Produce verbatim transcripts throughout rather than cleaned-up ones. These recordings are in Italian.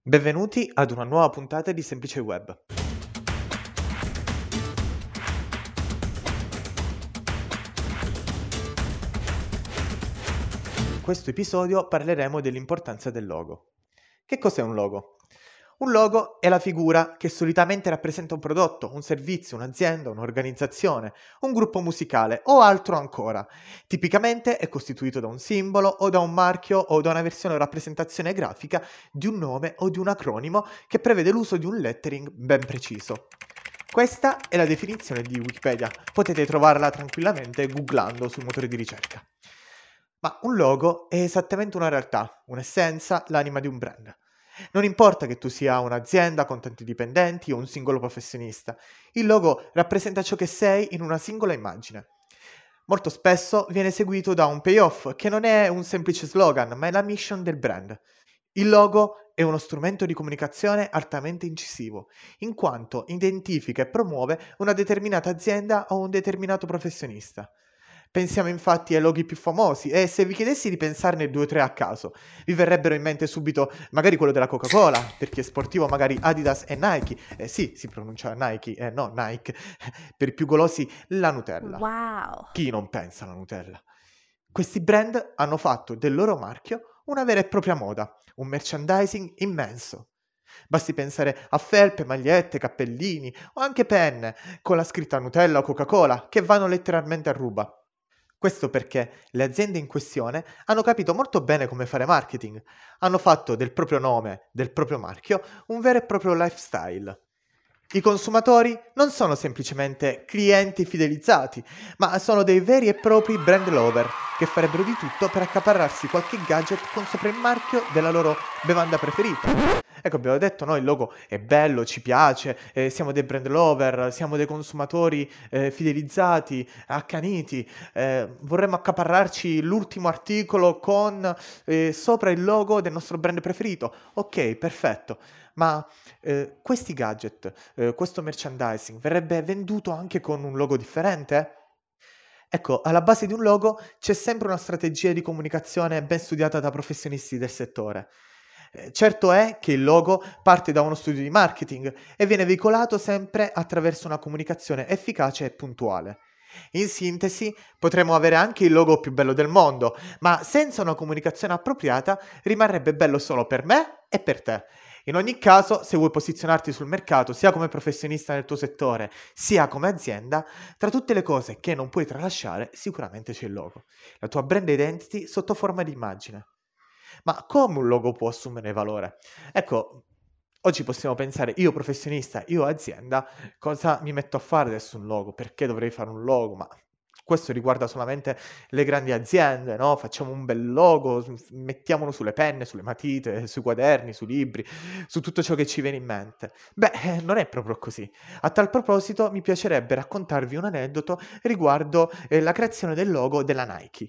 Benvenuti ad una nuova puntata di Semplice Web. In questo episodio parleremo dell'importanza del logo. Che cos'è un logo? Un logo è la figura che solitamente rappresenta un prodotto, un servizio, un'azienda, un'organizzazione, un gruppo musicale o altro ancora. Tipicamente è costituito da un simbolo o da un marchio o da una versione o rappresentazione grafica di un nome o di un acronimo che prevede l'uso di un lettering ben preciso. Questa è la definizione di Wikipedia, potete trovarla tranquillamente googlando sul motore di ricerca. Ma un logo è esattamente una realtà, un'essenza, l'anima di un brand. Non importa che tu sia un'azienda con tanti dipendenti o un singolo professionista, il logo rappresenta ciò che sei in una singola immagine. Molto spesso viene seguito da un payoff che non è un semplice slogan, ma è la mission del brand. Il logo è uno strumento di comunicazione altamente incisivo, in quanto identifica e promuove una determinata azienda o un determinato professionista. Pensiamo infatti ai loghi più famosi e se vi chiedessi di pensarne due o tre a caso, vi verrebbero in mente subito magari quello della Coca-Cola, per chi è sportivo magari Adidas e Nike, eh sì, si pronuncia Nike e eh, no Nike, per i più golosi la Nutella. Wow! Chi non pensa alla Nutella? Questi brand hanno fatto del loro marchio una vera e propria moda, un merchandising immenso. Basti pensare a felpe, magliette, cappellini o anche penne con la scritta Nutella o Coca-Cola che vanno letteralmente a ruba. Questo perché le aziende in questione hanno capito molto bene come fare marketing, hanno fatto del proprio nome, del proprio marchio, un vero e proprio lifestyle. I consumatori non sono semplicemente clienti fidelizzati, ma sono dei veri e propri brand lover che farebbero di tutto per accaparrarsi qualche gadget con sopra il marchio della loro bevanda preferita. Ecco, abbiamo detto, no, il logo è bello, ci piace, eh, siamo dei brand lover, siamo dei consumatori eh, fidelizzati, accaniti, eh, vorremmo accaparrarci l'ultimo articolo con eh, sopra il logo del nostro brand preferito. Ok, perfetto, ma eh, questi gadget, eh, questo merchandising verrebbe venduto anche con un logo differente? Ecco, alla base di un logo c'è sempre una strategia di comunicazione ben studiata da professionisti del settore. Eh, Certo è che il logo parte da uno studio di marketing e viene veicolato sempre attraverso una comunicazione efficace e puntuale. In sintesi, potremmo avere anche il logo più bello del mondo, ma senza una comunicazione appropriata rimarrebbe bello solo per me e per te. In ogni caso, se vuoi posizionarti sul mercato sia come professionista nel tuo settore, sia come azienda, tra tutte le cose che non puoi tralasciare, sicuramente c'è il logo, la tua brand identity sotto forma di immagine. Ma come un logo può assumere valore? Ecco, oggi possiamo pensare, io professionista, io azienda, cosa mi metto a fare adesso un logo? Perché dovrei fare un logo? Ma questo riguarda solamente le grandi aziende, no? Facciamo un bel logo, s- mettiamolo sulle penne, sulle matite, sui quaderni, sui libri, su tutto ciò che ci viene in mente. Beh, eh, non è proprio così. A tal proposito, mi piacerebbe raccontarvi un aneddoto riguardo eh, la creazione del logo della Nike.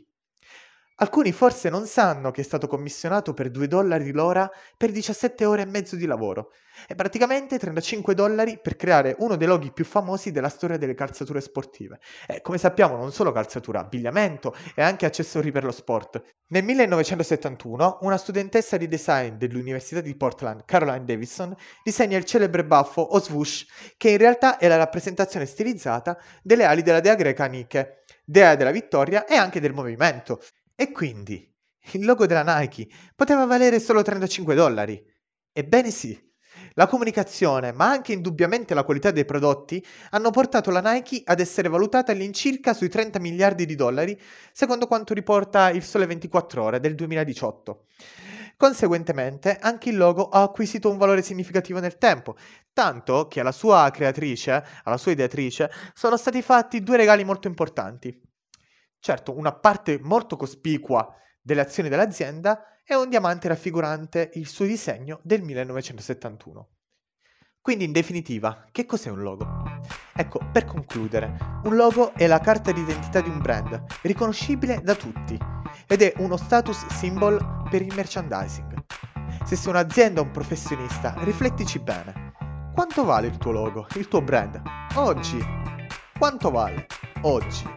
Alcuni forse non sanno che è stato commissionato per due dollari l'ora per diciassette ore e mezzo di lavoro e praticamente trentacinque dollari per creare uno dei loghi più famosi della storia delle calzature sportive. E come sappiamo non solo calzatura, abbigliamento e anche accessori per lo sport. Nel millenovecentosettantuno una studentessa di design dell'Università di Portland, Caroline Davidson, disegna il celebre baffo o swoosh che in realtà è la rappresentazione stilizzata delle ali della dea greca Nike, dea della vittoria e anche del movimento. E quindi il logo della Nike poteva valere solo trentacinque dollari. Ebbene sì, la comunicazione, ma anche indubbiamente la qualità dei prodotti, hanno portato la Nike ad essere valutata all'incirca sui trenta miliardi di dollari, secondo quanto riporta il Sole ventiquattro Ore del duemiladiciotto. Conseguentemente, anche il logo ha acquisito un valore significativo nel tempo, tanto che alla sua creatrice, alla sua ideatrice, sono stati fatti due regali molto importanti. Certo, una parte molto cospicua delle azioni dell'azienda è un diamante raffigurante il suo disegno del millenovecentosettantuno. Quindi, in definitiva, che cos'è un logo? Ecco, per concludere, un logo è la carta d'identità di un brand, riconoscibile da tutti, ed è uno status symbol per il merchandising. Se sei un'azienda o un professionista, riflettici bene. Quanto vale il tuo logo, il tuo brand? Oggi. Quanto vale? Oggi.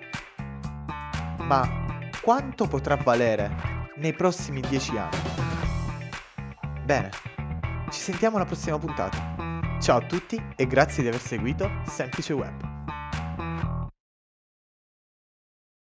Ma quanto potrà valere nei prossimi dieci anni? Bene, Ci sentiamo alla prossima puntata. Ciao a tutti e grazie di aver seguito Semplice Web.